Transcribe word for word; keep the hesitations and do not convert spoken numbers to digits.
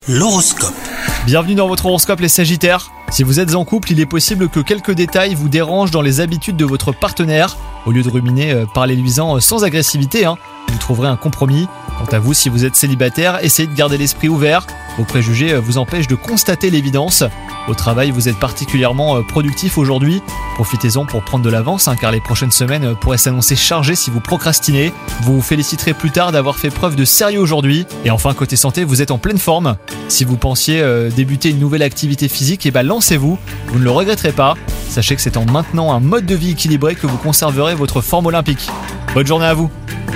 L'horoscope. Bienvenue dans votre horoscope les Sagittaires. Si vous êtes en couple, il est possible que quelques détails vous dérangent dans les habitudes de votre partenaire. Au lieu de ruminer, euh, parlez-lui-en sans agressivité, hein. Vous trouverez un compromis. Quant à vous, si vous êtes célibataire, essayez de garder l'esprit ouvert. Vos préjugés euh, vous empêchent de constater l'évidence. Au travail, vous êtes particulièrement euh, productif aujourd'hui. Profitez-en pour prendre de l'avance, hein, car les prochaines semaines euh, pourraient s'annoncer chargées si vous procrastinez. Vous vous féliciterez plus tard d'avoir fait preuve de sérieux aujourd'hui. Et enfin, côté santé, vous êtes en pleine forme. Si vous pensiez euh, débuter une nouvelle activité physique, eh ben lancez-vous, vous ne le regretterez pas. Sachez que c'est en maintenant un mode de vie équilibré que vous conserverez votre forme olympique. Bonne journée à vous.